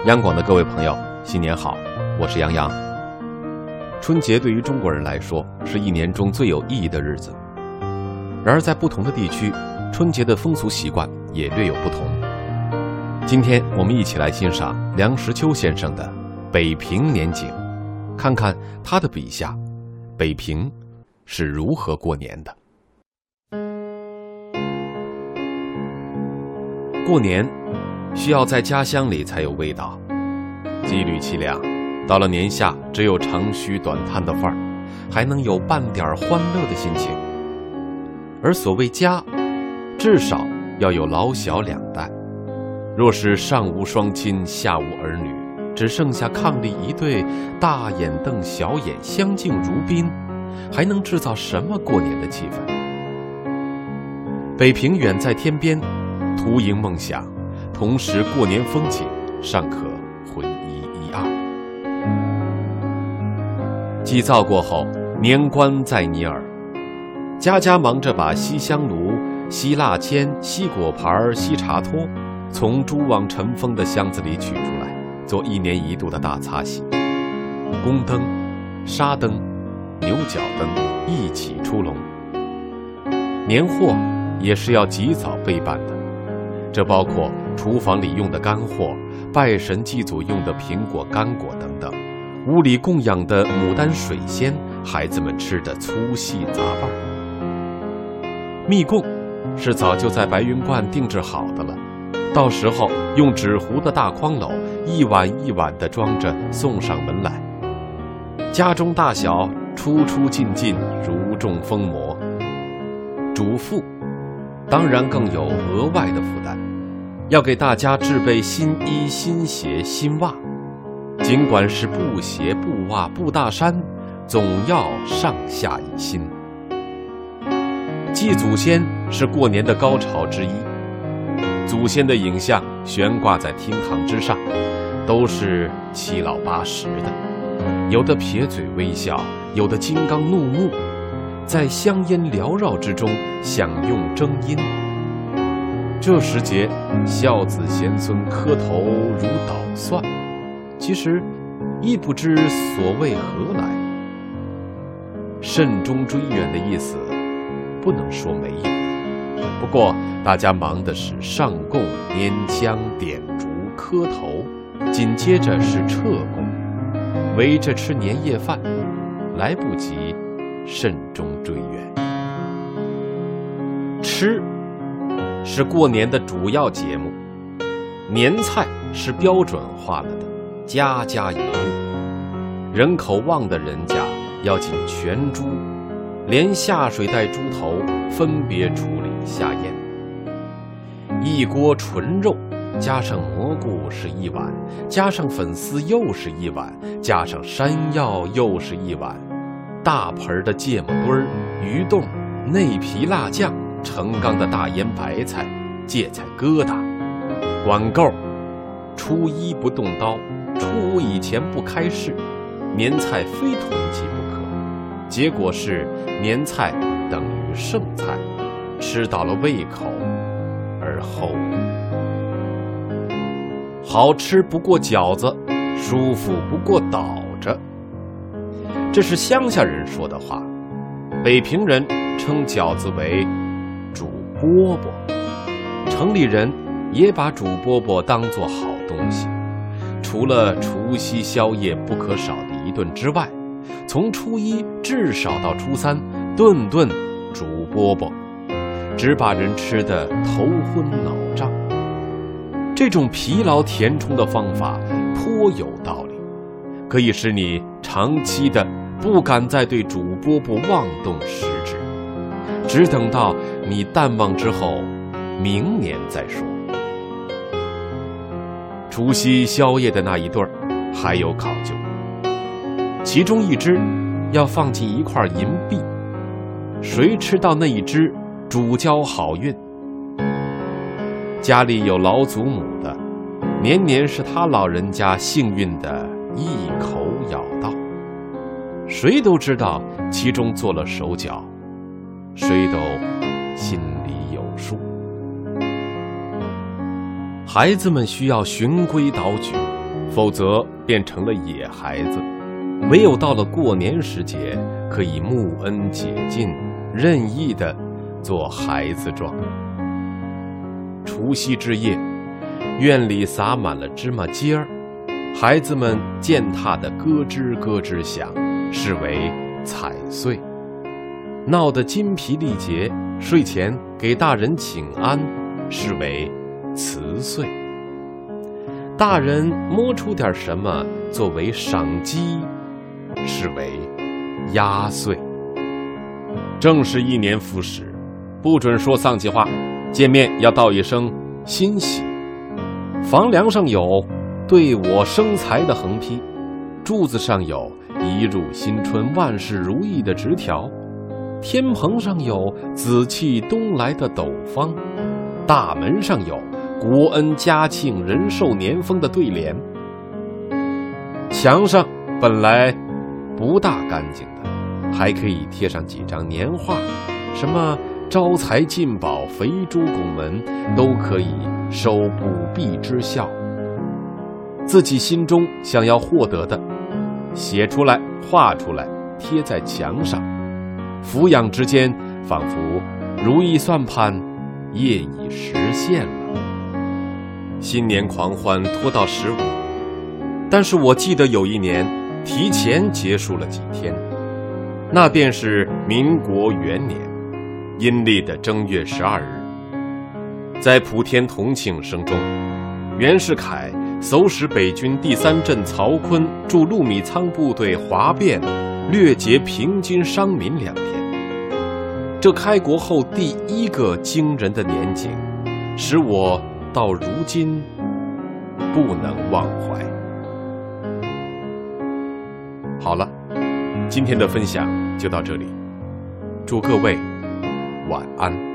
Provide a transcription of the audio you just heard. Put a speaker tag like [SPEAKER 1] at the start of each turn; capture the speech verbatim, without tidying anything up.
[SPEAKER 1] 央广的各位朋友，新年好，我是杨洋。春节对于中国人来说是一年中最有意义的日子，然而在不同的地区，春节的风俗习惯也略有不同。今天我们一起来欣赏梁实秋先生的《北平年景》，看看他的笔下北平是如何过年的。过年需要在家乡里才有味道，羁旅凄凉，到了年下只有长吁短叹的范儿，还能有半点欢乐的心情。而所谓家，至少要有老小两代，若是上无双亲下无儿女，只剩下伉俪一对，大眼瞪小眼，相敬如宾，还能制造什么过年的气氛？北平远在天边，图营梦想，同时过年风景尚可混一一二。祭灶过后，年关在你耳，家家忙着把吸香炉、吸蜡签、吸果盘、吸茶托从蛛网尘封的箱子里取出来，做一年一度的大擦洗。宫灯、纱灯、牛角灯一起出笼。年货也是要及早备办的，这包括厨房里用的干货，拜神祭祖用的苹果、干果等等，屋里供养的牡丹水仙，孩子们吃的粗细杂拌。蜜供是早就在白云观定制好的了，到时候用纸糊的大筐篓一碗一碗地装着送上门来。家中大小出出进进，如中疯魔。主妇当然更有额外的负担，要给大家制备新衣、新鞋、新袜，尽管是布鞋、布袜、布大衫，总要上下一心。祭祖先是过年的高潮之一，祖先的影像悬挂在厅堂之上，都是七老八十的，有的撇嘴微笑，有的金刚怒目，在香烟缭绕之中享用正音。这时节，孝子贤孙磕头如捣蒜，其实亦不知所谓何来。慎终追远的意思不能说没有，不过大家忙的是上供、拈香、点烛、磕头，紧接着是撤供，围着吃年夜饭，来不及慎终追远。吃是过年的主要节目，年菜是标准化了的，家家一律。人口旺的人家要进全猪，连下水带猪头分别处理下咽。一锅纯肉加上蘑菇是一碗，加上粉丝又是一碗，加上山药又是一碗。大盆的芥末墩儿、鱼冻、内皮辣酱、成缸的大腌白菜、芥菜疙瘩。管够，初一不动刀，初五以前不开市，年菜非囤积不可。结果是年菜等于剩菜，吃到了胃口而后语。好吃不过饺子，舒服不过倒着。这是乡下人说的话，北平人称饺子为煮饽饽，城里人也把煮饽饽当作好东西。除了除夕宵夜不可少的一顿之外，从初一至少到初三，顿顿煮饽饽，只把人吃得头昏脑胀。这种疲劳填充的方法颇有道理，可以使你长期的不敢再对煮饽饽妄动食指，只等到你淡忘之后，明年再说。除夕宵夜的那一对儿还有考究，其中一只要放进一块银币，谁吃到那一只，主交好运。家里有老祖母的，年年是他老人家幸运的一口咬到。谁都知道其中做了手脚，谁都心里有数。孩子们需要循规蹈矩， 否则变成了野孩子。唯有到了过年时节，可以穆恩解禁，任意的做孩子状。除夕之夜，院里撒满了芝麻尖儿，孩子们践踏的咯吱咯吱响，视为踩碎。闹得筋疲力竭，睡前给大人请安，视为辞岁。大人摸出点什么作为赏鸡，视为压岁。正是一年复始，不准说丧气话，见面要道一声欣喜。房梁上有对我生财的横批，柱子上有一入新春万事如意的直条，天棚上有紫气东来的斗方，大门上有国恩家庆人寿年丰的对联。墙上本来不大干净的，还可以贴上几张年画，什么招财进宝、肥猪拱门，都可以收补弊之效。自己心中想要获得的，写出来画出来，贴在墙上，俯仰之间，仿佛如意算盘业已实现了。新年狂欢拖到十五，但是我记得有一年提前结束了几天，那便是民国元年阴历的正月十二日。在普天同庆声中，袁世凯搜使北军第三镇曹锟驻陆米仓部队哗变，掠劫平津商民两天。这开国后第一个惊人的年景，使我到如今不能忘怀。好了，今天的分享就到这里，祝各位晚安。